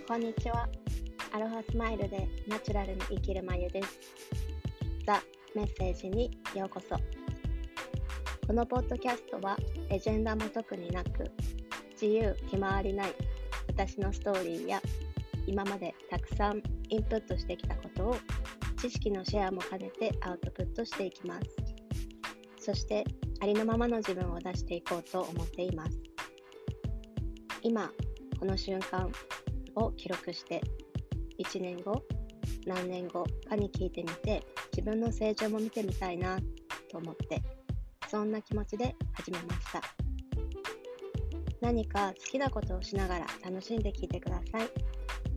こんにちは。アロハスマイルでナチュラルに生きるまゆです。ザ・メッセージにようこそ。このポッドキャストはエジェンダも特になく、自由気まわりない私のストーリーや今までたくさんインプットしてきたことを知識のシェアも兼ねてアウトプットしていきます。そしてありのままの自分を出していこうと思っています。今この瞬間を記録して1年後何年後かに聞いてみて自分の成長も見てみたいなと思って、そんな気持ちで始めました。何か好きなことをしながら楽しんで聞いてください。